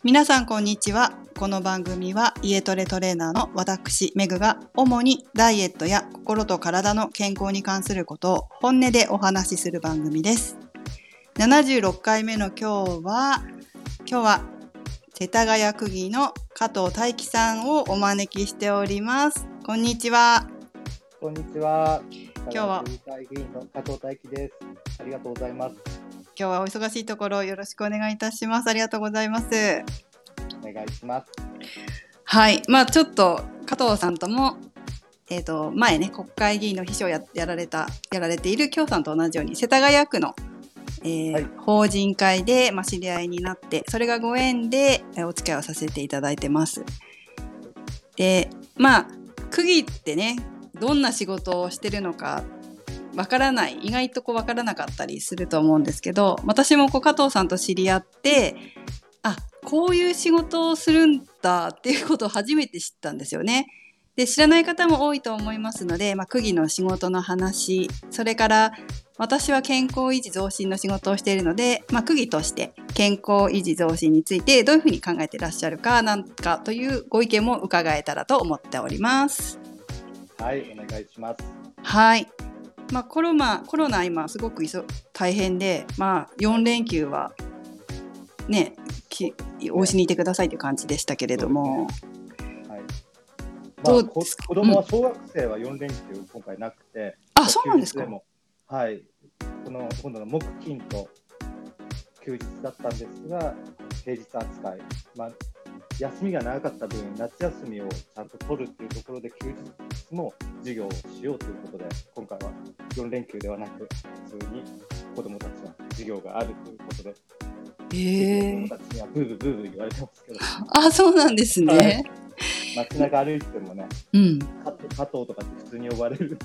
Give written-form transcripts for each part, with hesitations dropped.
皆さんこんにちは。この番組は家トレトレーナーの私メグが主にダイエットや心と体の健康に関することを本音でお話しする番組です。76回目の今日は世田谷区議の加藤大樹さんをお招きしております。こんにちは。 こんにちは。 今日は世田谷区議員の加藤大樹です。ありがとうございます。 今日はお忙しいところよろしくお願いいたします。ありがとうございます。 お願いします。 はい、ちょっと加藤さんとも、前ね国会議員の秘書をやられている京さんと同じように世田谷区の、法人会で、知り合いになって、それがご縁でお付き合いをさせていただいてます。で、区議ってね、どんな仕事をしてるのかわからない、意外とわからなかったりすると思うんですけど、私も加藤さんと知り合って、こういう仕事をするんだっていうことを初めて知ったんですよね。で、知らない方も多いと思いますので、区議の仕事の話、それから私は健康維持増進の仕事をしているので、区議として健康維持増進についてどういうふうに考えていらっしゃるかなんかというご意見も伺えたらと思っております。 はい、お願いします。 はい。コロナ今すごく大変で、4連休はね、お家にいてくださいという感じでしたけれども、 子供は小学生は4連休今回なくて、 そうなんですか。 はい、今度の木金と休日だったんですが、平日扱い、休みが長かった分、夏休みをちゃんと取るというところで休日も授業をしようということで、今回は4連休ではなく普通に子どもたちは授業があるということで、子どもたちにはブーブー言われてますけど。 そうなんですね。 街中歩いててもね、加藤とかって普通に呼ばれる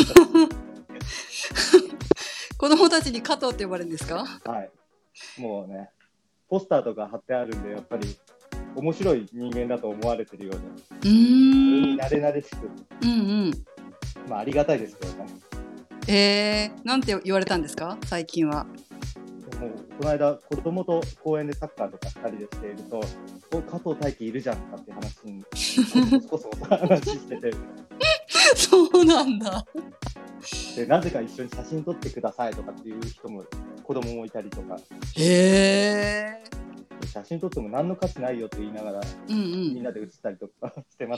子供たちに加藤って呼ばれるんですか？ はい。もうね、ポスターとか貼ってあるんで、やっぱり面白い人間だと思われてるようで、普通に慣れ慣れしく、ありがたいですけどね。なんて言われたんですか、最近は。 もうこの間、子供と公園でサッカーとか2人でしていると、加藤大樹いるじゃんかって話にこそ話しててそうなんだ。 で、なぜか一緒に写真撮ってくださいとかっていう人も、子供もいたりとか、写真撮っても何の価値ないよって言いながら、みんなで写ったりとかしてます。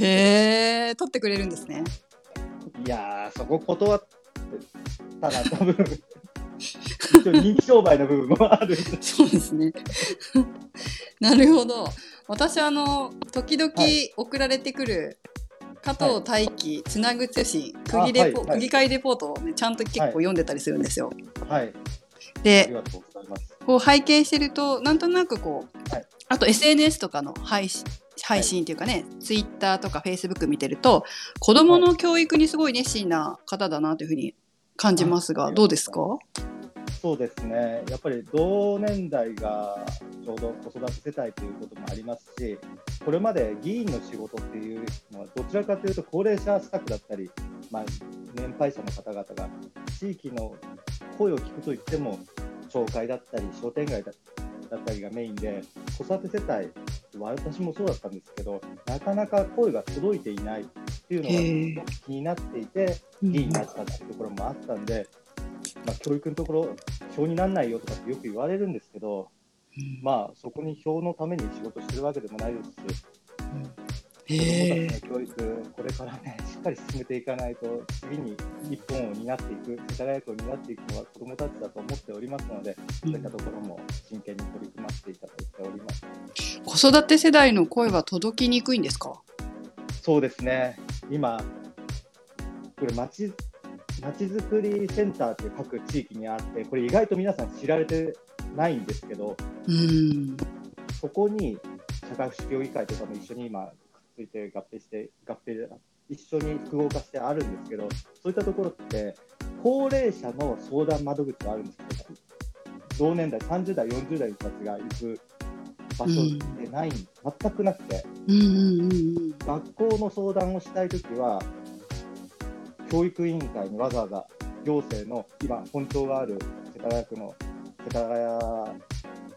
撮ってくれるんですね。 いやー、そこ断ったら多分一応人気商売の部分もある。 そうですね。なるほど。私時々送られてくる加藤大樹つなぐ通信、区議会レポートを、ちゃんと結構読んでたりするんですよ。で、 ありがとうございます。 拝見してると、なんとなくあと SNS とかの配信っていうかね、Twitter とか Facebook 見てると、子どもの教育にすごい熱心な方だなというふうに感じますが、どうですか？ そうですね、やっぱり同年代がちょうど子育て世帯ということもありますし、これまで議員の仕事っていうのはどちらかというと高齢者施策だったり、年配者の方々が地域の声を聞くといっても町会だったり商店街だったりがメインで、子育て世帯、私もそうだったんですけど、なかなか声が届いていないっていうのが気になっていて、議員になったっていうところもあったんで、教育のところ票にならないよとかってよく言われるんですけど、そこに票のために仕事してるわけでもないですし、子どもたちの教育、これからね、しっかり進めていかないと、次に日本を担っていく、世田谷区を担っていくのは子どもたちだと思っておりますので、そういったところも真剣に取り組ませていただいております。 子育て世代の声は届きにくいんですか？ そうですね、今、これまちづくりセンターっていう各地域にあって、これ意外と皆さん知られてないんですけど、そこに社会福祉協議会とかも一緒に今くっついて合併一緒に複合化してあるんですけど、そういったところって高齢者の相談窓口があるんですけど、同年代30代40代の人たちが行く場所でない、全くなくて、学校の相談をしたいときは教育委員会にわざわざ行政の今本庁がある世田谷区の世田谷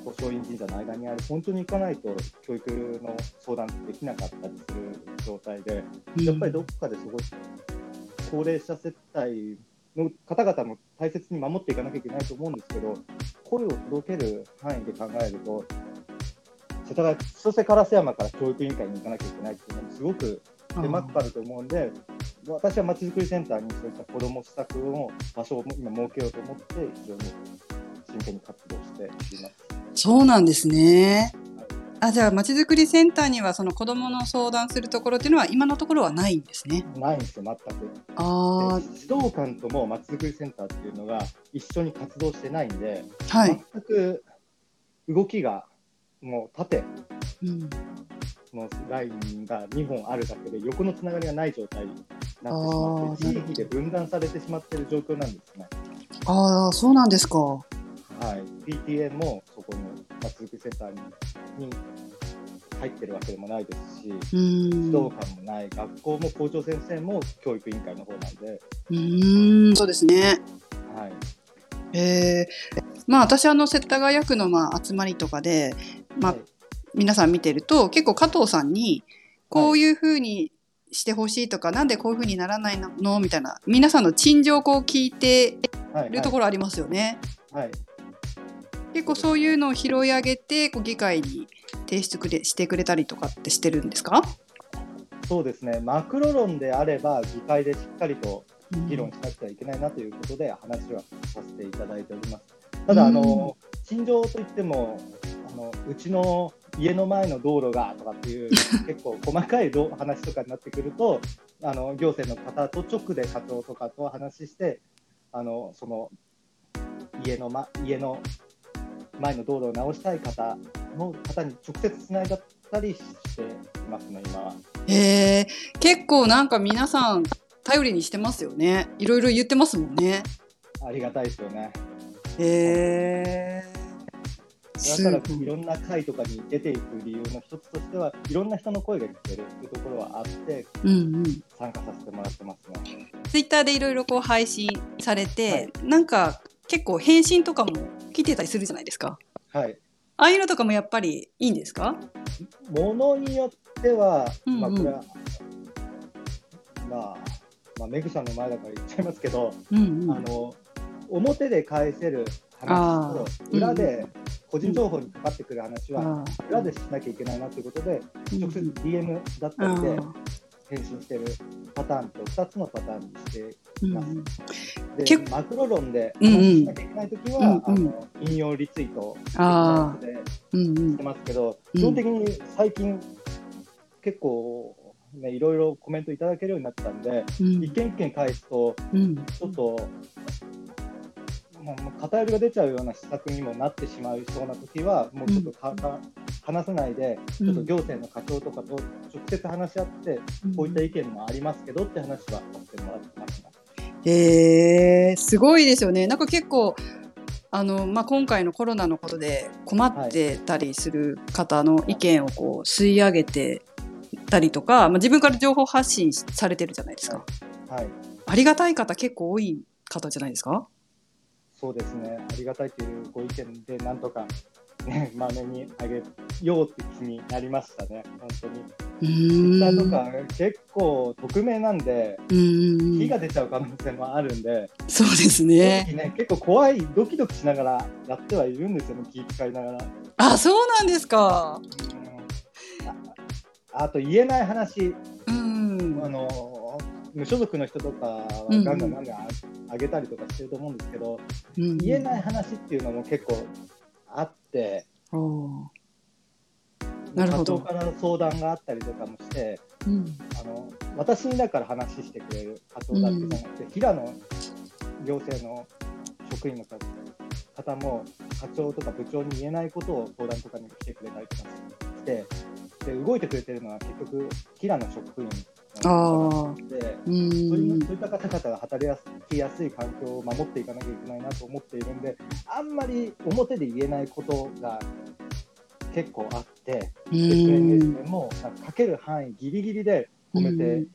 小院神社の間にある本当に行かないと教育の相談できなかったりする状態で、やっぱりどこかで高齢者世帯の方々も大切に守っていかなきゃいけないと思うんですけど、声を届ける範囲で考えると、世田谷区千歳烏山から教育委員会に行かなきゃいけないっていうのもすごく手間かかると思うんで、私はまちづくりセンターにそういった子ども施策の場所を今設けようと思って非常に真剣に活動しています。 そうなんですね。じゃあまちづくりセンターにはその子どもの相談するところっていうのは今のところはないんですね。 ないんですよ、全く。指導官ともまちづくりセンターっていうのが一緒に活動してないんで、 はい、 全く動きがもう縦のラインが2本あるだけで横のつながりがない状態になってしまって、地域で分断されてしまっている状況なんですね。 そうなんですか。 はい、PTA もそこのまちづくりセンターに入ってるわけでもないですし、指導官もない、学校も校長先生も教育委員会の方なんで。 そうですね。 はい。 私世田谷区の集まりとかで、はい、皆さん見てると結構加藤さんにこういうふうにしてほしいとか、なんでこういうふうにならないのみたいな皆さんの陳情を聞いてるところありますよね。 はい、 結構そういうのを拾い上げて議会に提出してくれたりとかってしてるんですか？ そうですね、マクロ論であれば議会でしっかりと議論しなくてはいけないなということで話はさせていただいております。ただ陳情といってもうちの家の前の道路がとかっていう結構細かい話とかになってくると行政の方と直で課長とかと話してその家の前の道路を直したい方に直接つないだったりしていますね、今は。 結構なんか皆さん頼りにしてますよね。いろいろ言ってますもんね。 ありがたいですよね。だからいろんな会とかに出ていく理由の一つとしてはいろんな人の声が聞けるというところはあって、参加させてもらってますね。 ツイッターでいろいろ配信されて、なんか結構返信とかも来てたりするじゃないですか。 はい。 ああいうのとかもやっぱりいいんですか？ ものによっては、これはメグさんの前だから言っちゃいますけど、表で返せる話と裏で個人情報にかかってくる話は裏でしなきゃいけないなということで、直接 DM だったりで返信してるパターンと2つのパターンにしています。でマクロ論で話しなきゃいけないときは、引用リツイートでしてますけど、基本的に最近結構いろいろコメントいただけるようになったんで、一件一件返すとちょっと偏りが出ちゃうような施策にもなってしまいそうなときはもうちょっと話さないで、ちょっと行政の課長とかと直接話し合って、こういった意見もありますけどって話はさせてもらってますね。 すごいですよね。なんか結構今回のコロナのことで困ってたりする方の意見を吸い上げてたりとか、自分から情報発信されてるじゃないですか。ありがたい方結構多い方じゃないですか？ そうですね、ありがたいというご意見でなんとか、まめにあげようって気になりましたね、本当に。Twitter とか結構匿名なんで火が出ちゃう可能性もあるんで、 そうですね、 結構怖い、ドキドキしながらやってはいるんですよね、気遣いながら。 そうなんですか。 あと言えない話、無所属の人とかはガンガン上げたりとかしてると思うんですけど、言えない話っていうのも結構あって、 なるほど。 課長から相談があったりとかもして、私にだから話してくれる課長だけじゃなくて、平野行政の職員の方も課長とか部長に言えないことを相談とかに来てくれたりとかして、で動いてくれてるのは結局平野職員で、そういった方々が働きやすい環境を守っていかなきゃいけないなと思っているんで、あんまり表で言えないことが結構あって、SNS でもかける範囲ギリギリで止めて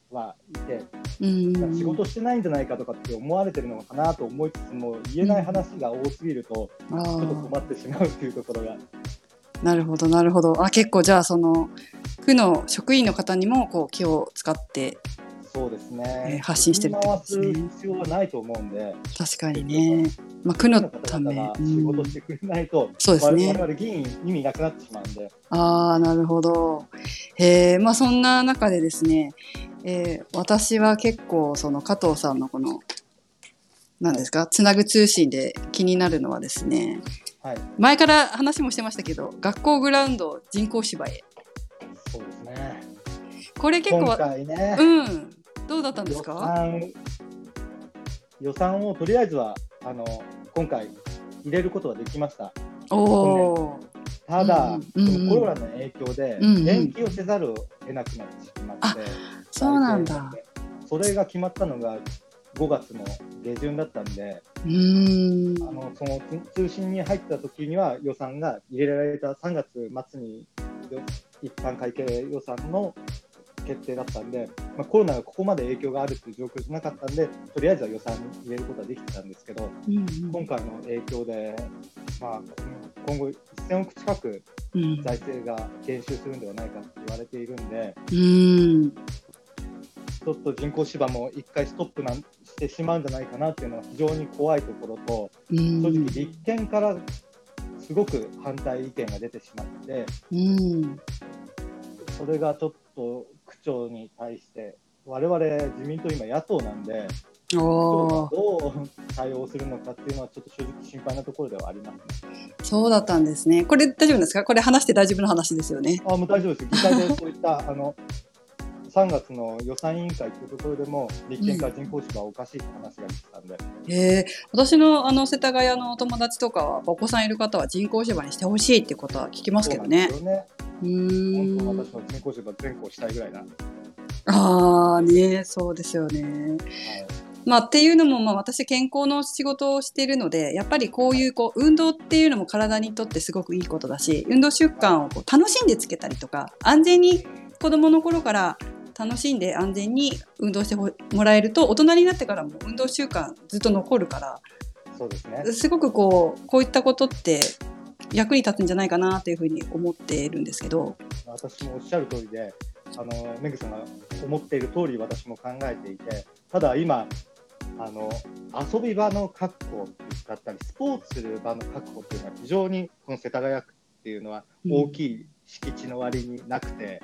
はいて、 うん仕事してないんじゃないかとかって思われてるのかなと思いつつも、言えない話が多すぎると、ちょっと困ってしまうっていうところが。 なるほどなるほど。結構じゃあその区の職員の方にもこう気を使ってそうですね、 発信してるってことですね。 振り回す必要はないと思うんで、 確かにね。区のため、 方々が仕事してくれないと、 そうですね。 我々議員意味なくなってしまうんで。 なるほど。そんな中でですね、私は結構その加藤さんのこの何ですか、つなぐ通信で気になるのはですね、 はい、 前から話もしてましたけど、学校グラウンド人工芝へ。 そうですね。 これ結構今回ね、 どうだったんですか？ 予算をとりあえずは今回入れることはできました。ただ、コロナの影響で延期をせざるを得なくなってしまって、 そうなんだ。 それが決まったのが5月の下旬だったんで、その通信に入った時には予算が入れられた3月末に一般会計予算の決定だったんで、コロナがここまで影響があるっていう状況じゃなかったんで、とりあえずは予算に入れることはできてたんですけど、今回の影響で、今後1000億近く財政が減収するんではないかと言われているんで、ちょっと人工芝も一回ストップしてしまうんじゃないかなっていうのは非常に怖いところと、正直立憲からすごく反対意見が出てしまって、それがちょっと区長に対して我々自民党今野党なんで、区長がどう対応するのかっていうのはちょっと正直心配なところではありますね。 そうだったんですね。これ大丈夫ですか？これ話して大丈夫な話ですよね。 もう大丈夫です。議会でそういった3月の予算委員会というところでも立憲から人工芝はおかしいって話が出てたんで、 私の世田谷のお友達とかはお子さんいる方は人工芝にしてほしいっていうことは聞きますけどね。 そうなんですよね。本当私は人工芝全校したいぐらいなんで。そうですよね。っていうのも、私健康の仕事をしているので、やっぱりこういう運動っていうのも体にとってすごくいいことだし、運動習慣を楽しんでつけたりとか、安全に子どもの頃から楽しんで安全に運動してもらえると、大人になってからも運動習慣ずっと残るから、 そうですね、 すごくこういったことって役に立つんじゃないかなというふうに思っているんですけど。 私もおっしゃる通りで、めぐさんが思っている通り私も考えていて、ただ今遊び場の確保だったりスポーツする場の確保っていうのは非常にこの世田谷区っていうのは大きい敷地の割になくて、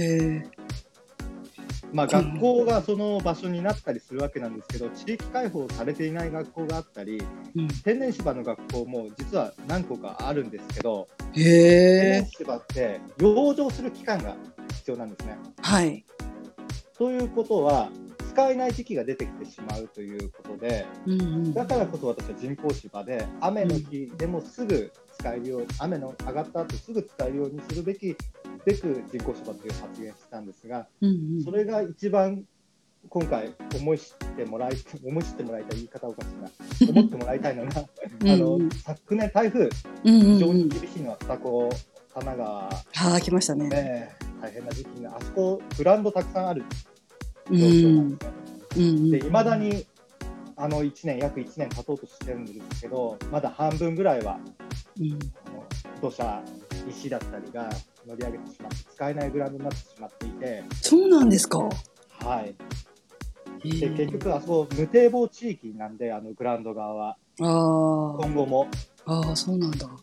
学校がその場所になったりするわけなんですけど、地域開放されていない学校があったり、天然芝の学校も実は何個かあるんですけど、天然芝って養生する期間が必要なんですね。ということは使えない時期が出てきてしまうということで、だからこそ私は人工芝で雨の日でもすぐ使えるように、雨の上がった後すぐ使えるようにするべく人工芝という発言したんですが、それが一番今回思い知ってもらいたい言い方おかしいな思ってもらいたいのが昨年台風非常に厳しいのは二子玉川来ましたね。 大変な時期にあそこグラウンドたくさんある状況なんですね。で、未だに約1年経とうとしてるんですけど、まだ半分ぐらいは、土砂、石だったりが乗り上げてしまって使えないグラウンドになってしまっていて。 そうなんですか。 で結局あそこ無堤防地域なんで、グラウンド側は今後もそうなんだ。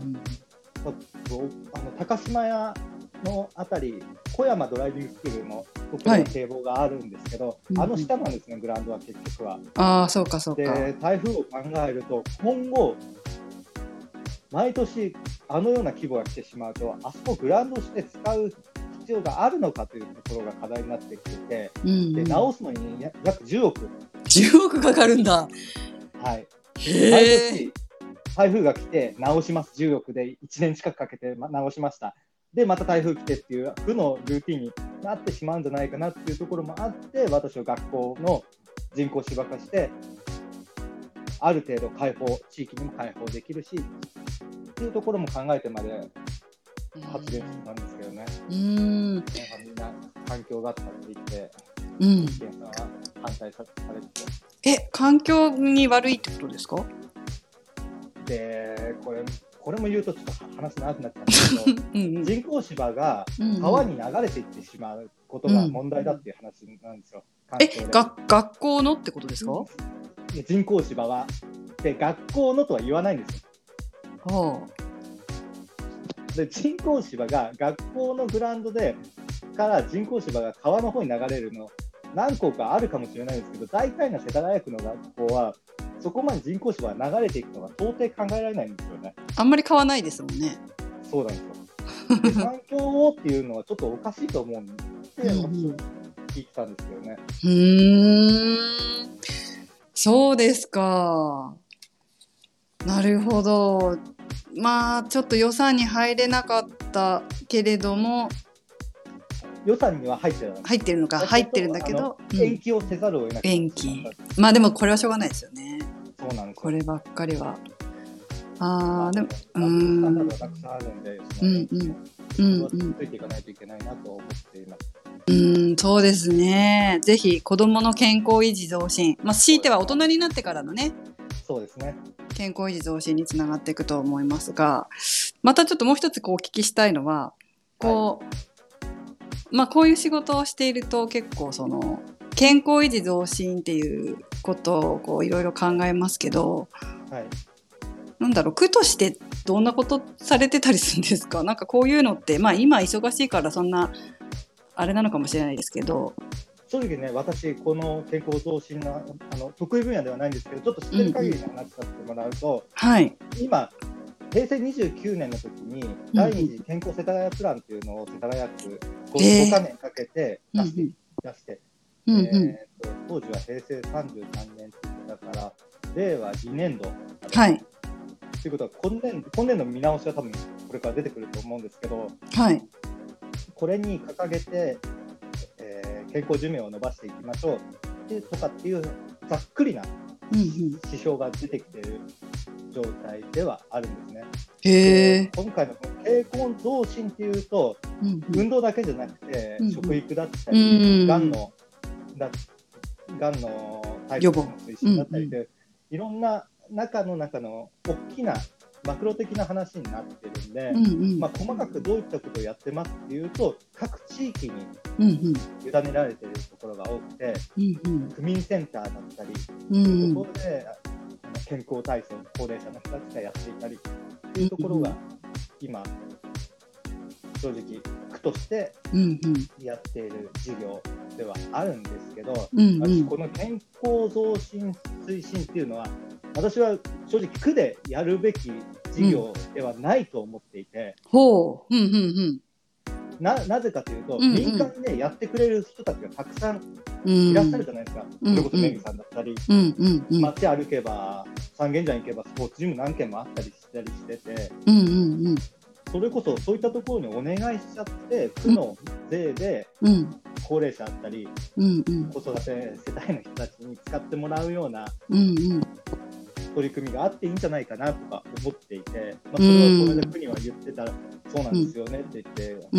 高島屋のあたり小山ドライビングスクールのところに堤防があるんですけど、下なんですね、グラウンドは結局は。 そうかそうか。 で台風を考えると今後毎年ような規模が来てしまうと、あそこグラウンドして使う必要があるのかというところが課題になってきていて、で直すのに約10億かかるんだ。 毎年台風が来て直します。10億で1年近くかけて直しました。でまた台風来てっていう負のルーティンになってしまうんじゃないかなっていうところもあって、私は学校の人工芝化してある程度地域にも開放できるしっていうところも考えてまで発言してたんですけどね。みんな環境があったって言ってうん、 一見さんは反対されてて、 環境に悪いってことですか？ でこれも言うとちょっと話長くなっちゃうんですけどうんうん、 人工芝が川に流れていってしまうことが問題だっていう話なんですよ、環境で。 学校のってことですか？ 人工芝はで学校のとは言わないんですよ。で人工芝が学校のグラウンドでから人工芝が川の方に流れるの何校かあるかもしれないんですけど、大体の世田谷区の学校はそこまで人工芝が流れていくのが到底考えられないんですよね。 あんまり買わないですもんね。 そうなんですよ。環境をっていうのはちょっとおかしいと思うんで聞いてたんですよね。 そうですか。なるほど。まあちょっと予算に入れなかったけれども、 予算には入ってるのか、入ってるんだけど、 延期をせざるを得なくて、 延期。まあでもこれはしょうがないですよね。 そうなんですよ。こればっかりは。 でもスタンダードがたくさんあるんで、それはついていかないといけないなと思っています。 そうですね。ぜひ子どもの健康維持増進、強いては大人になってからのね、 そうですね、 健康維持増進につながっていくと思いますが、またちょっともう一つお聞きしたいのは、こういう仕事をしていると結構その健康維持増進っていうことをいろいろ考えますけど、なんだろう、区としてどんなことされてたりするんですか？なんかこういうのって、今忙しいからそんなあれなのかもしれないですけど。 正直ね、私この健康増進の得意分野ではないんですけど、ちょっと知ってる限りの話させてもらうと、今平成29年の時に第二次健康世田谷プランっていうのを世田谷区 5カ年かけて出して、当時は平成33年だから令和2年度、ということは今年度の見直しは多分これから出てくると思うんですけど、これに掲げて、健康寿命を伸ばしていきましょうとかっていうざっくりな指標が出てきている状態ではあるんですね。今回の健康増進っていうと、運動だけじゃなくて、食育だったり、がんの対策の推進だったりで、いろんな中の大きなマクロ的な話になってるんで、細かくどういったことをやってますっていうと、各地域に委ねられているところが多くて、区民センターだったり、そういうところで健康体操、高齢者の人たちがやっていたりっていうところが今正直区としてやっている事業ではあるんですけど、私この健康増進推進っていうのは、私は正直区でやるべき事業ではないと思っていて、なぜかというと、民間でやってくれる人たちがたくさんいらっしゃるじゃないですか。それこそメグさんだったり、街歩けば三軒茶屋行けばスポーツジム何軒もあったりしてて、それこそそういったところにお願いしちゃって、区の税で高齢者だったり、子育て世帯の人たちに使ってもらうような取り組みがあっていいんじゃないかなとか思っていて、それはこれで区には言ってたらそうなんですよねって言って、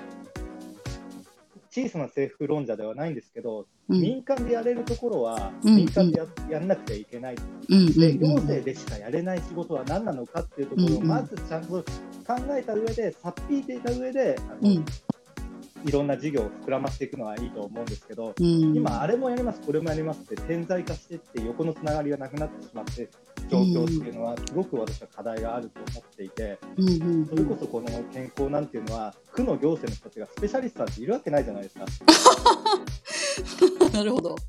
小さな政府論者ではないんですけど、民間でやれるところは民間でやらなくてはいけない、で行政でしかやれない仕事は何なのかっていうところをまずちゃんと考えた上で、さっぴいていた上でいろんな事業を膨らませていくのはいいと思うんですけど、今あれもやりますこれもやりますって点在化していって、横のつながりがなくなってしまって状況っていうのはすごく私は課題があると思っていて、それこそこの健康なんていうのは区の行政の人たちがスペシャリストなんているわけないじゃないですか。 なるほど。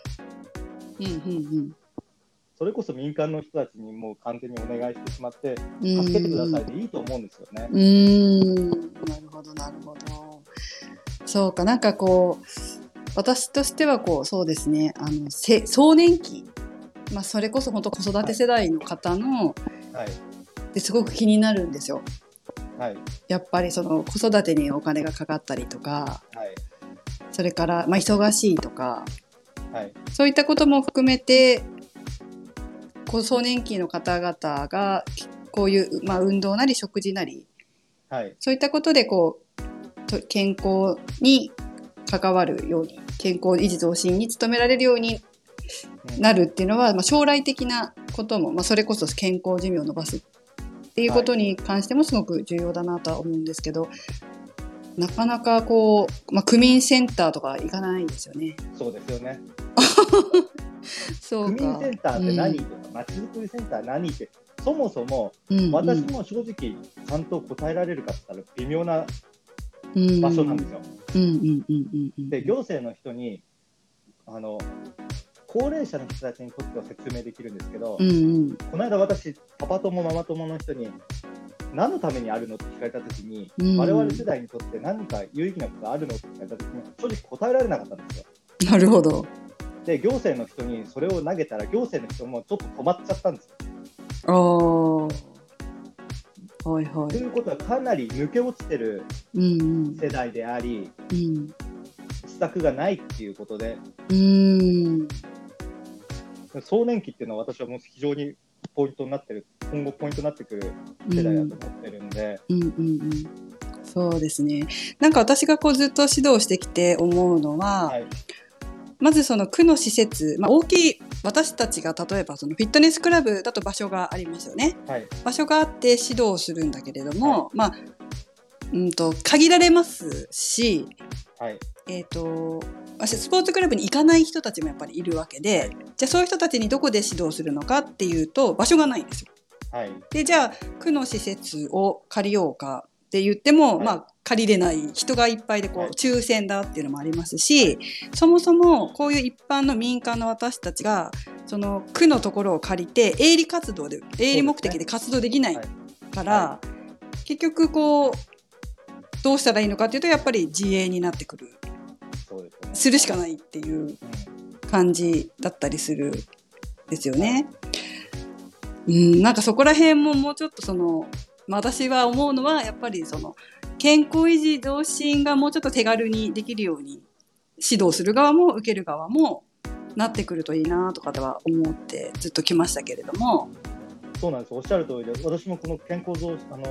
それこそ民間の人たちにもう完全にお願いしてしまって助けてくださいでいいと思うんですよね。 なるほどなるほど。そうか、なんかこう私としてはそうですね、壮年期、それこそ本当子育て世代の方の、ですごく気になるんですよ。やっぱりその子育てにお金がかかったりとか、それから、忙しいとか、そういったことも含めて壮年期の方々がこういう、運動なり食事なり、そういったことで健康に関わるように健康維持増進に努められるようになるっていうのは、将来的なことも、それこそ健康寿命を伸ばすっていうことに関してもすごく重要だなとは思うんですけど、なかなかこう、区民センターとか行かないんですよね。 そうですよね。 そうか。 区民センターって何とか、まちづくりセンター何って、そもそも私も正直ちゃんと答えられるかって言ったら微妙な場所なんですよ。で、行政の人に高齢者の人たちにとっては説明できるんですけど、この間私パパ友ママ友の人に何のためにあるのって聞かれたときに、我々世代にとって何か有意義なことあるのって聞かれたときに正直答えられなかったんですよ。 なるほど。 で、行政の人にそれを投げたら行政の人もちょっと止まっちゃったんですよ。ということはかなり抜け落ちてる世代であり、施策がないっていうことで、壮年期っていうのは私はもう非常にポイントになってる、今後ポイントになってくる世代だと思ってるんで、 そうですね。なんか私がこうずっと指導してきて思うのは、まずその区の施設、大きい私たちが例えばそのフィットネスクラブだと場所がありますよね。場所があって指導するんだけれども、限られますし、スポーツクラブに行かない人たちもやっぱりいるわけで、じゃあそういう人たちにどこで指導するのかっていうと場所がないんですよ。で、じゃあ区の施設を借りようかって言っても、借りれない、人がいっぱいでこう抽選だっていうのもありますし、そもそもこういう一般の民間の私たちがその区のところを借りて営利目的で活動できないから、結局こうどうしたらいいのかっていうとやっぱり自営になってくる、するしかないっていう感じだったりするんですよね。なんかそこら辺ももうちょっと私は思うのはやっぱり健康維持増進がもうちょっと手軽にできるように指導する側も受ける側もなってくるといいなとかでは思ってずっと来ましたけれども。 そうなんです、おっしゃる通りで、私もこの健康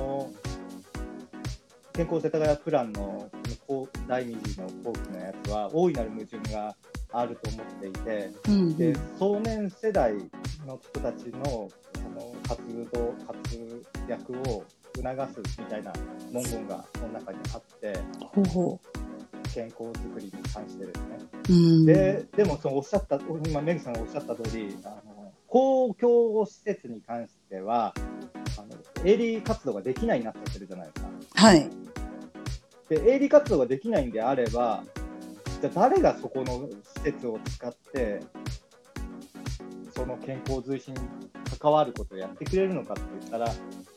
世田谷プランの第2次の後期のやつは大いなる矛盾があると思っていて、で壮年世代の人たちの活躍を促すみたいな文言がその中にあって、健康づくりに関してですね。でも今メグさんがおっしゃった通り、公共施設に関しては営利活動ができないになっちゃってるじゃないですか。で、営利活動ができないんであれば、じゃあ誰がそこの施設を使ってその健康推進に関わることをやってくれるのかって言ったら、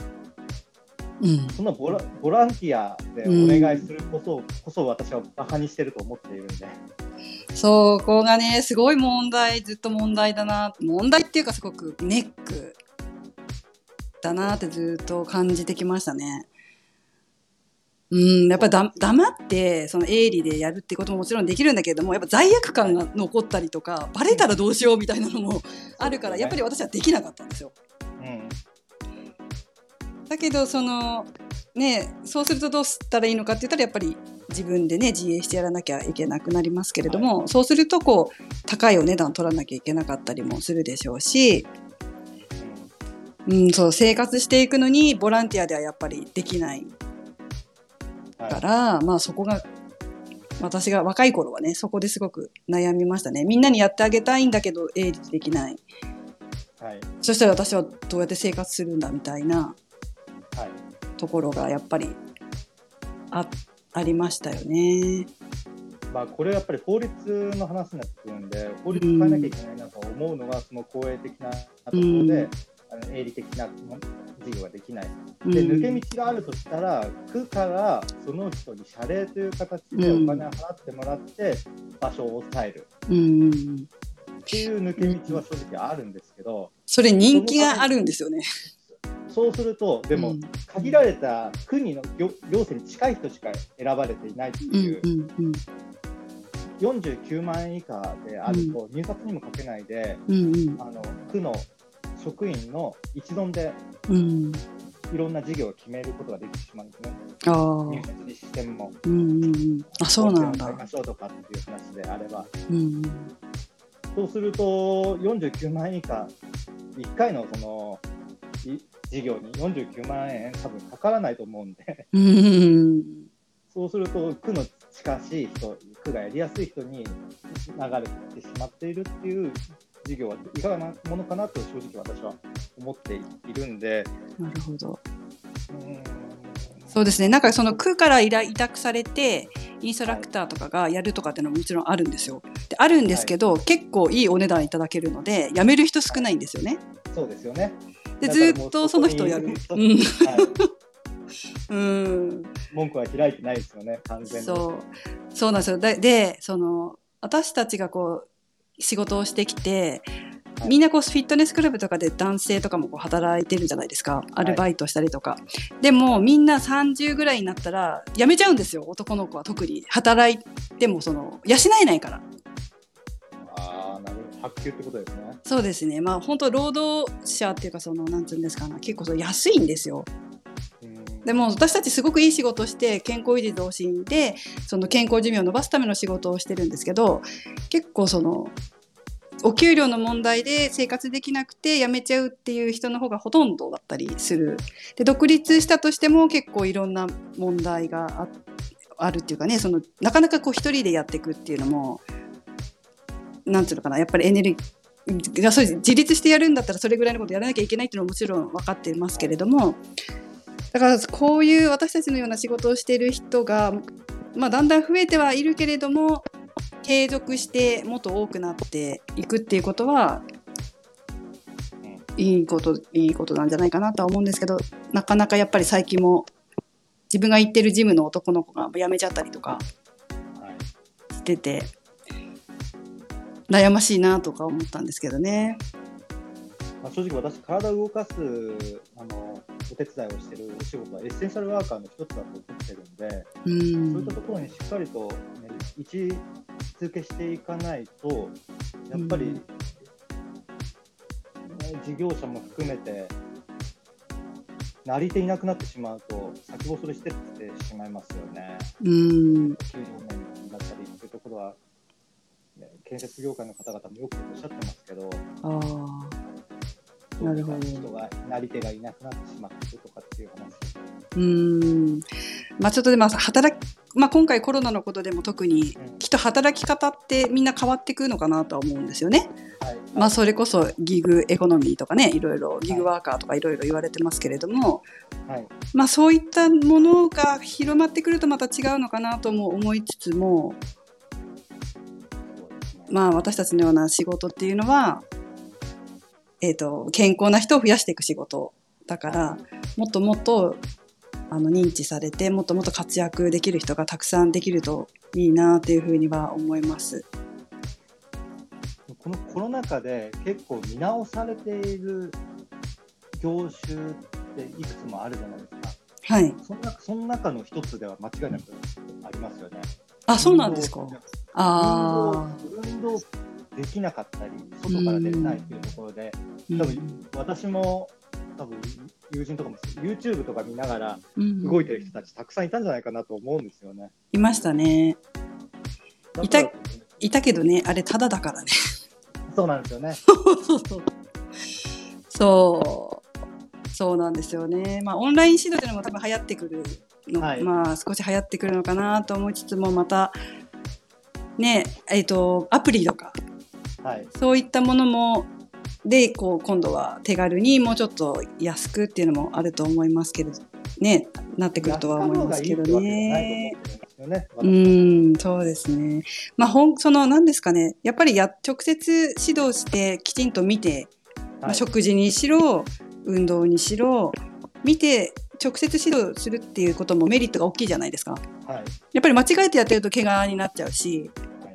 そのボランティアでお願いするこそ私はバカにしてると思っているんで、 そこがねすごいずっと問題だな、問題っていうかすごくネックだなってずっと感じてきましたね。やっぱり黙ってその営利でやるってことももちろんできるんだけれども、やっぱ罪悪感が残ったりとかバレたらどうしようみたいなのもあるから、やっぱり私はできなかったんですよ。だけどそうするとどうしたらいいのかって言ったらやっぱり自分でね自営してやらなきゃいけなくなりますけれども、そうするとこう高いお値段取らなきゃいけなかったりもするでしょうし、そう生活していくのにボランティアではやっぱりできないから、そこが私が若い頃はねそこですごく悩みましたね。みんなにやってあげたいんだけど営利できない、そしたら私はどうやって生活するんだみたいなところがやっぱり ありましたよね。 これやっぱり法律の話になってくるんで、法律変えなきゃいけないなと思うのがその公営的なところで、営利的な事業ができない。で、抜け道があるとしたら、区からその人に謝礼という形でお金を払ってもらって場所を抑えるっていう抜け道は正直あるんですけど、 それ人気があるんですよね。 そうすると、でも限られた国の行政に近い人しか選ばれていないっていう、49万円以下であると入札にもかけないで、区の職員の一存でいろんな事業を決めることができてしまうんですね。 あ入札システムも、 あ、そうなんだ。 買いましょうとかっていう話であれば、 うんそうすると49万円以下、1回のその事業に49万円多分かからないと思うんで、そうすると区の近しい人、区がやりやすい人に流れてしまっているっていう事業はいかがなものかなと正直私は思っているんで。 なるほど。そうですね。なんかその区から委託されてインストラクターとかがやるとかっていうのももちろんあるんですよ。であるんですけど、結構いいお値段いただけるので辞める人少ないんですよね。 そうですよね。 でずっとその人をやる。 文句は開いてないですよね、完全に。 そうなんですよ。でその私たちがこう仕事をしてきて、みんなこうフィットネスクラブとかで男性とかもこう働いてるじゃないですか、アルバイトしたりとか、でもみんな30ぐらいになったら辞めちゃうんですよ。男の子は特に働いてもその養えないから。 なるほど、発給ってことですね。 そうですね。まあ本当労働者っていうかそのなんていうんですかね、結構その安いんですよ。でも私たちすごくいい仕事をして健康維持増進でその健康寿命を伸ばすための仕事をしてるんですけど、結構そのお給料の問題で生活できなくて辞めちゃうっていう人の方がほとんどだったりする。で独立したとしても結構いろんな問題があるっていうかね、そのなかなかこう一人でやっていくっていうのもなんていうのかな、やっぱりエネルギーそう自立してやるんだったらそれぐらいのことやらなきゃいけないっていうのはもちろん分かっていますけれども、だからこういう私たちのような仕事をしている人が、だんだん増えてはいるけれども継続してもっと多くなっていくっていうことはいいことなんじゃないかなとは思うんですけど、なかなかやっぱり最近も自分が行ってるジムの男の子が辞めちゃったりとかしてて悩ましいなとか思ったんですけどね。 正直私体を動かすお手伝いをしているお仕事はエッセンシャルワーカーの一つだと思ってるんで、そういったところにしっかりと、位置づけしていかないとやっぱり、事業者も含めてなり手いなくなってしまうと先細りしてってしまいますよね。給料面だったりというところは、建設業界の方々もよくおっしゃってますけど、なるほど、人がなり手がいなくなってしまっているとかっていう話。ちょっとでも今回コロナのことでも特に、きっと働き方ってみんな変わってくるのかなとは思うんですよね。それこそギグエコノミーとかね、いろいろギグワーカーとかいろいろ言われてますけれども、そういったものが広まってくるとまた違うのかなとも思いつつも、私たちのような仕事っていうのは健康な人を増やしていく仕事だから、もっともっと認知されてもっともっと活躍できる人がたくさんできるといいなというふうには思います。 このコロナ禍で結構見直されている業種っていくつもあるじゃないですか。その中の一つでは間違いなくありますよね。 そうなんですか。 運動できなかったり外から出れないというところで、多分私も友人とかも YouTube とか見ながら動いてる人たちたくさんいたんじゃないかなと思うんですよね。 いましたね。いたけどね、あれタダだからね。 そうなんですよね。 そうなんですよね。オンライン指導というのも多分流行ってくるの、少し流行ってくるのかなと思いつつも、またね、アプリとか、そういったものもで今度は手軽にもうちょっと安くっていうのもあると思いますけどね、なってくるとは思いますけどね。そうですね。何ですかね、やっぱり直接指導してきちんと見て、食事にしろ運動にしろ見て直接指導するっていうこともメリットが大きいじゃないですか。やっぱり間違えてやってると怪我になっちゃうし、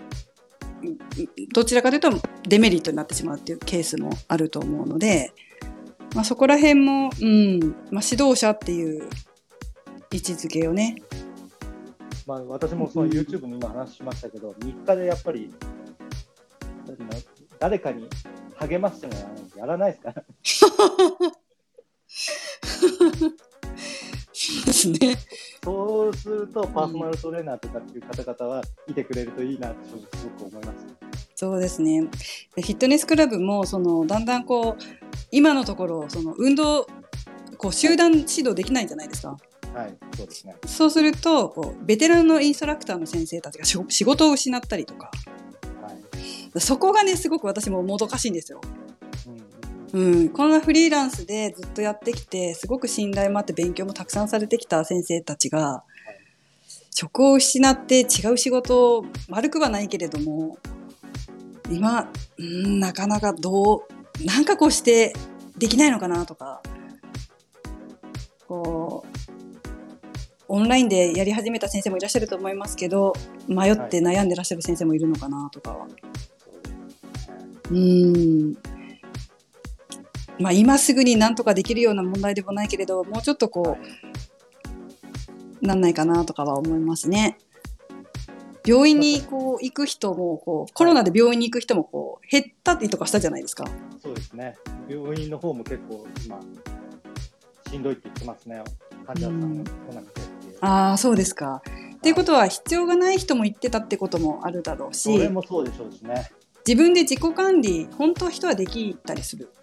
どちらかというとデメリットになってしまうっていうケースもあると思うので、そこら辺も、指導者っていう位置づけをね、 私もその YouTube に今話しましたけど、日課でやっぱり誰かに励ましてもらわないとやらないですからですね。 そうするとパーソナルトレーナーとかっていう方々はいてくれるといいなって正直すごく思います。 そうですね。でフィットネスクラブもだんだん今のところ運動集団指導できないじゃないですか。 はい、そうですね。 そうするとベテランのインストラクターの先生たちが仕事を失ったりとか、はい、そこがねすごく私ももどかしいんですよ。こんなフリーランスでずっとやってきてすごく信頼もあって勉強もたくさんされてきた先生たちが、職を失って違う仕事を悪くはないけれども今なかなかなんかしてできないのかなとか、オンラインでやり始めた先生もいらっしゃると思いますけど、迷って悩んでらっしゃる先生もいるのかなとかは、今すぐになんとかできるような問題でもないけれど、もうちょっとなんないかなとかは思いますね。病院に行く人もコロナで病院に行く人も減ったりとかしたじゃないですか。 そうですね。病院の方も結構今しんどいって言ってますね。患者さんが来なくてっていう。 ああ、そうですか。っていうことは必要がない人も行ってたってこともあるだろうし、 それもそうでしょうしね。 自分で自己管理本当は人はできたりする。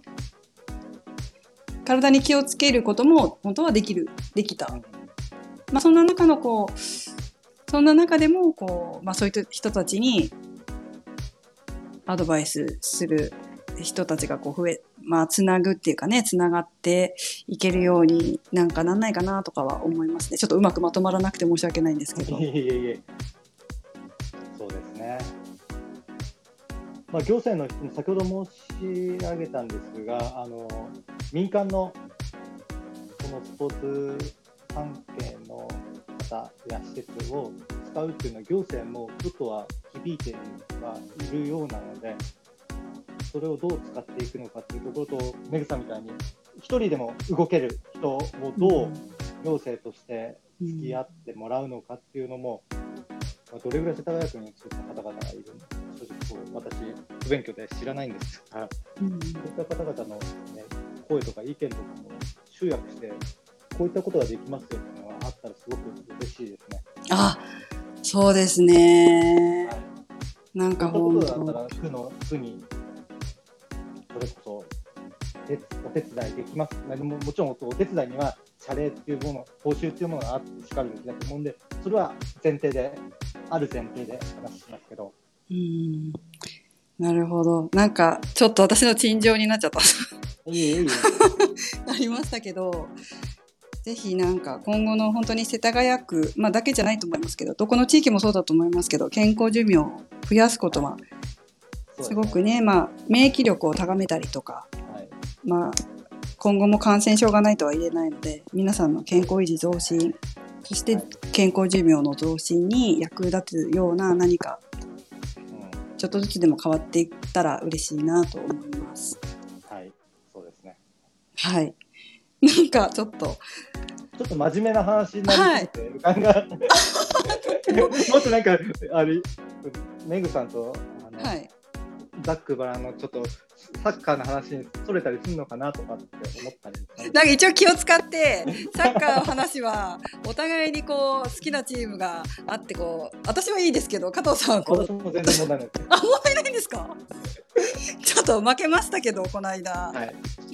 体に気をつけることも本当はできた。そんな中のそんな中でもそういう人たちにアドバイスする人たちがつなぐっていうかね、つながっていけるようになんないかなとかは思いますね。ちょっとうまくまとまらなくて申し訳ないんですけど。 そうですね。行政の人も先ほど申し上げたんですが、民間のこのスポーツ関係の方や施設を使うっていうのは行政もちょっとは響いてはいるようなので、それをどう使っていくのかというところと、メグさんみたいに一人でも動ける人をどう行政として付き合ってもらうのかっていうのも、どれぐらい世田谷区にそういった方々がいるのか正直私不勉強で知らないんですが、そういった方々の、声とか意見とかも集約してこういったことができますよっていうのがあったらすごく嬉しいですね。 あ、そうですね。はい、なんか本当だったら区にそれこそお手伝いできます。もちろんお手伝いには謝礼っていうもの、報酬っていうものがあってしかるべきだと思うんで、それはある前提で話しますけど。 なるほど。なんかちょっと私の陳情になっちゃった。ありましたけど、ぜひ今後の本当に世田谷区、だけじゃないと思いますけど、どこの地域もそうだと思いますけど、健康寿命を増やすことはすごくね、免疫力を高めたりとか、今後も感染症がないとは言えないので、皆さんの健康維持増進、そして健康寿命の増進に役立つような何かちょっとずつでも変わっていったら嬉しいなと思います。 はい、そうですね。 はい。ちょっと真面目な話になりすぎて、もっとメグさんとざっくばらんのちょっとサッカーの話にそれたりするのかなとかって思ったり、 一応気を使ってサッカーの話はお互いに好きなチームがあって私はいいですけど、加藤さんは私も全然問題ないです。 問題ないんですか？ちょっと負けましたけどこの間。 はい。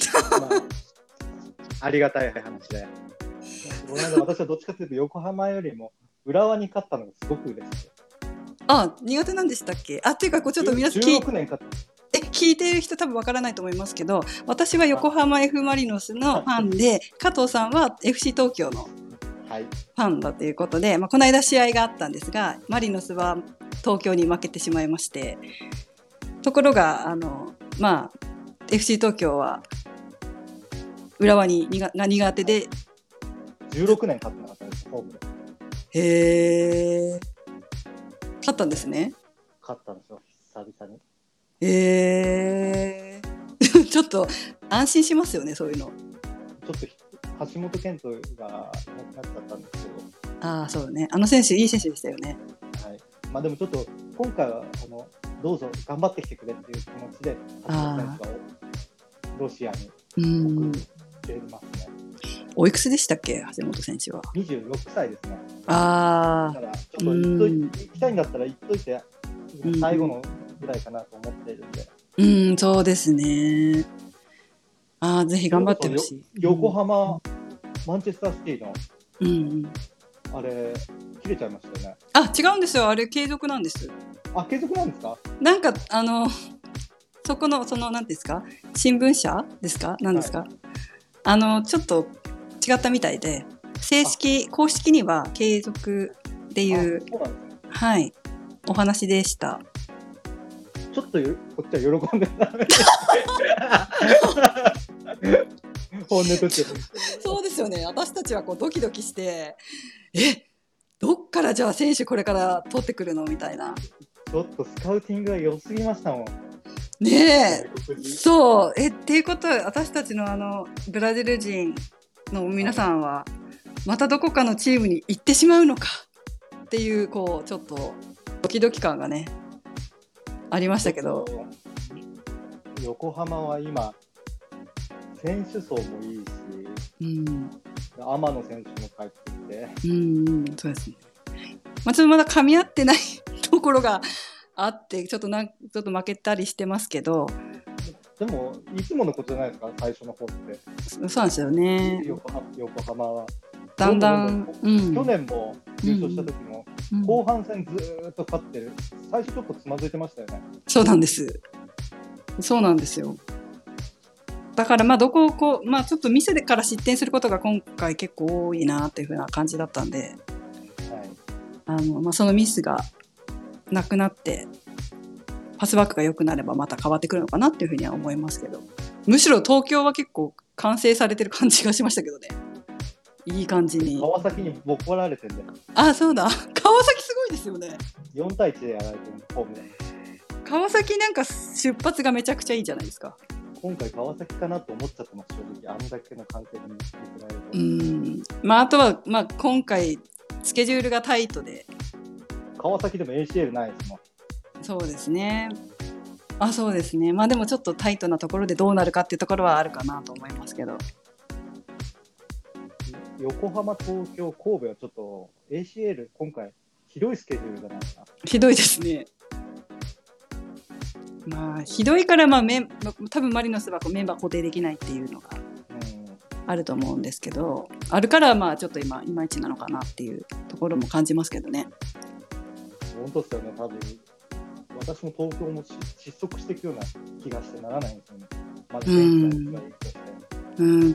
ありがたい話で。この間私はどっちかというと横浜よりも浦和に勝ったのがすごく嬉しい。 苦手なんでしたっけ？っていうかちょっと皆さん 16年勝った。 聞いている人多分わからないと思いますけど、私は横浜 F マリノスのファンで、加藤さんは FC 東京のファンだということで、この間試合があったんですが、マリノスは東京に負けてしまいまして、ところがFC 東京は浦和に苦手で 16年勝ってなかったんです、ホームで。 へー、勝ったんですね。 勝ったんですよ、久々に。 ちょっと安心しますよね、そういうの。 ちょっと橋本健人がなくなっちゃったんですけど。 そうね、選手いい選手でしたよね。 はい。でもちょっと今回はどうぞ頑張ってきてくれっていう気持ちで橋本選手をロシアに送ってますね。 おいくつでしたっけ、橋本選手は。 26歳ですね。 ああ、 だからちょっと行きたいんだったら行っといて、最後のぐらいかなと思っているんで。 そうですね。ぜひ頑張ってほしい。 横浜、マンチェスターシティの、 うんあれ、切れちゃいましたよね。 違うんですよ。あれ、継続なんです。 継続なんですか？ なんか、そこの、なんていうんですか、新聞社ですか、なんですか、ちょっと違ったみたいで、公式には継続っていう、 そうなんですね。 はい、お話でした。 ちょっとこっちは喜んでた。本音として。 そうですよね。私たちはこうドキドキして、どっからじゃあ選手これから取ってくるのみたいな。 ちょっとスカウティングが良すぎましたもん。 ねえ。そう。っていうことは、私たちのブラジル人の皆さんは、またどこかのチームに行ってしまうのかっていう、こう、ちょっとドキドキ感がね、ありましたけど。 横浜は今、選手層もいいし、天野選手も帰ってきて。 そうですね。ちょっとまだ噛み合ってないところがあって、ちょっと負けたりしてますけど。 でも、いつものことじゃないですか、最初の方って。 そうなんですよね。 横浜は。 だんだん、 去年も優勝した時も、後半戦ずーっと勝ってる。最初ちょっとつまずいてましたよね。 そうなんです。そうなんですよ。だからちょっと店でから失点することが今回結構多いなっていう風な感じだったんで、そのミスがなくなってパスバックが良くなればまた変わってくるのかなっていう風には思いますけど、むしろ東京は結構完成されてる感じがしましたけどね。いい感じに。 川崎にボコられてるんだよ。 そうだ。川崎すごいですよね。 4対1でやられてるホームで。 川崎なんか出発がめちゃくちゃいいじゃないですか。 今回川崎かなと思っちゃってます、正直。あんだけの完成に見せられて。 あとは今回スケジュールがタイトで。 川崎でも ACL ないですもん。 そうですね。そうですね。でもちょっとタイトなところでどうなるかっていうところはあるかなと思いますけど。 横浜、東京、神戸はちょっと ACL 今回ひどいスケジュールじゃないですか。 ひどいですね。ひどいから多分マリノスはメンバー固定できないっていうのがあると思うんですけど、あるからちょっと今いまいちなのかなっていうところも感じますけどね。 本当ですよね。多分私も東京も失速していくような気がしてならないんですよね。まず選手がいいとして。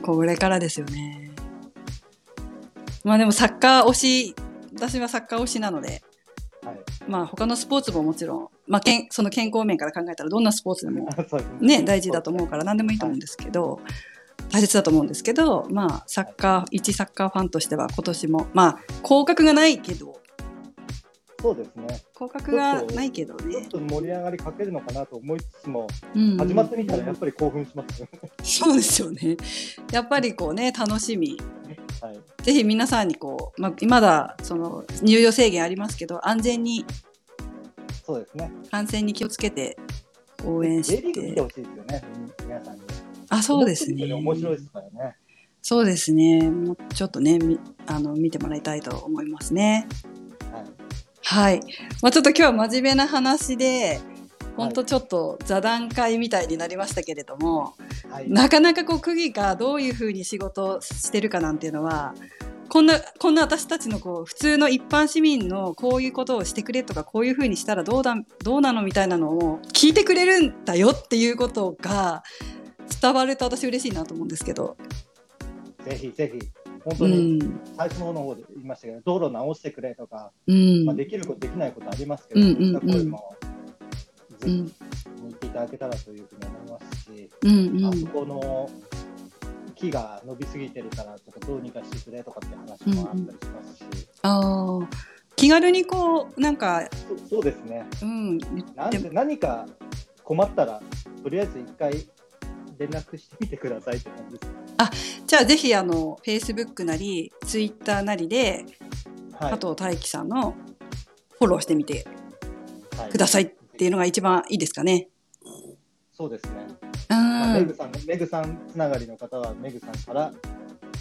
これからですよね。でもサッカー推し、私はサッカー推しなので、他のスポーツももちろん、その健康面から考えたらどんなスポーツでもね大事だと思うから何でもいいと思うんですけど、大切だと思うんですけど、一サッカーファンとしては今年も降格がないけど、 そうですね。 降格がないけどね。 ちょっと盛り上がりかけるのかなと思いつつも、始まってみたらやっぱり興奮しますよね。 そうですよね。やっぱり楽しみ。ぜひ皆さんにまだ入場制限ありますけど、安全に、 そうですね。 感染に気をつけて応援して。 Jリーグ見てほしいですよね、皆さんに。 そうですね。 面白いですからね。 そうですね。もうちょっとね、見てもらいたいと思いますね。はい。ちょっと今日は真面目な話で、本当ちょっと座談会みたいになりましたけれども、なかなか区議がどういうふうに仕事をしてるかなんていうのは、こんな私たちの普通の一般市民のこういうことをしてくれとか、こういうふうにしたらどうなのみたいなのを聞いてくれるんだよっていうことが伝わると私嬉しいなと思うんですけど。 ぜひぜひ。本当に最初の方で言いましたけど、道路直してくれとか、できることできないことありますけど、そういった声もぜひ言っていただけたらというふうに思いますし、あそこの木が伸びすぎてるからちょっとどうにかしてくれとかって話もあったりしますし、 気軽になんかそうですね、何か困ったらとりあえず一回連絡してみてくださいって感じです。 じゃあぜひFacebook なり Twitter なりで、加藤大樹さんのフォローしてみてくださいっていうのが一番いいですかね。 そうですね。メグさんつながりの方はメグさんから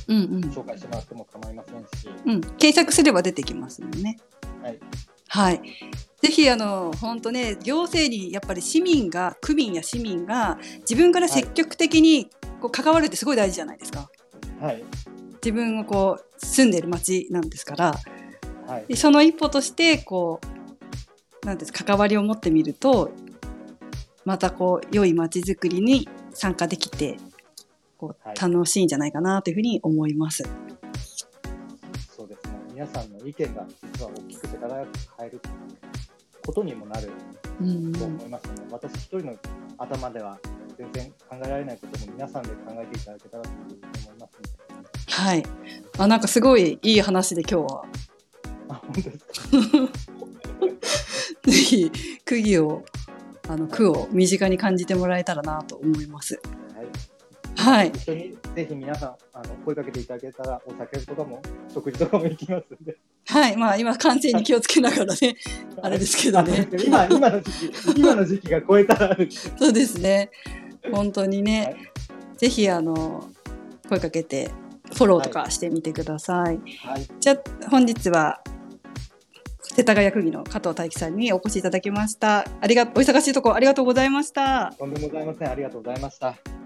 うんうん紹介してもらっても構いませんし、 うん、検索すれば出てきますもんね。 はい、 はい。ぜひ本当ね、行政にやっぱり区民や市民が自分から積極的にこう関わるってすごい大事じゃないですか。 はい、 自分がこう住んでる町なんですから、 はい、 でその一歩としてこうなんです関わりを持ってみると、またこう良い町づくりに参加できてこう楽しいんじゃないかなというふうに思います。 そうですね。皆さんの意見が実は大きく世田谷区を変えることにもなると思いますので、私一人の頭では全然考えられないことも皆さんで考えていただけたらと思いますので。 はい。なんかすごいいい話で今日は。 本当ですか。 ぜひ区を身近に感じてもらえたらなと思います。はい。 一緒にぜひ皆さん声かけていただけたらお酒とかも食事とかも行きますので。 はい。まあ今感染に気をつけながらね、あれですけどね。 今の時期が超えたらそうですね。本当にね、ぜひ声かけてフォローとかしてみてください。はい、じゃあ本日は世田谷区議の加藤大樹さんにお越しいただきました。お忙しいところありがとうございました。 とんでもございません。ありがとうございました。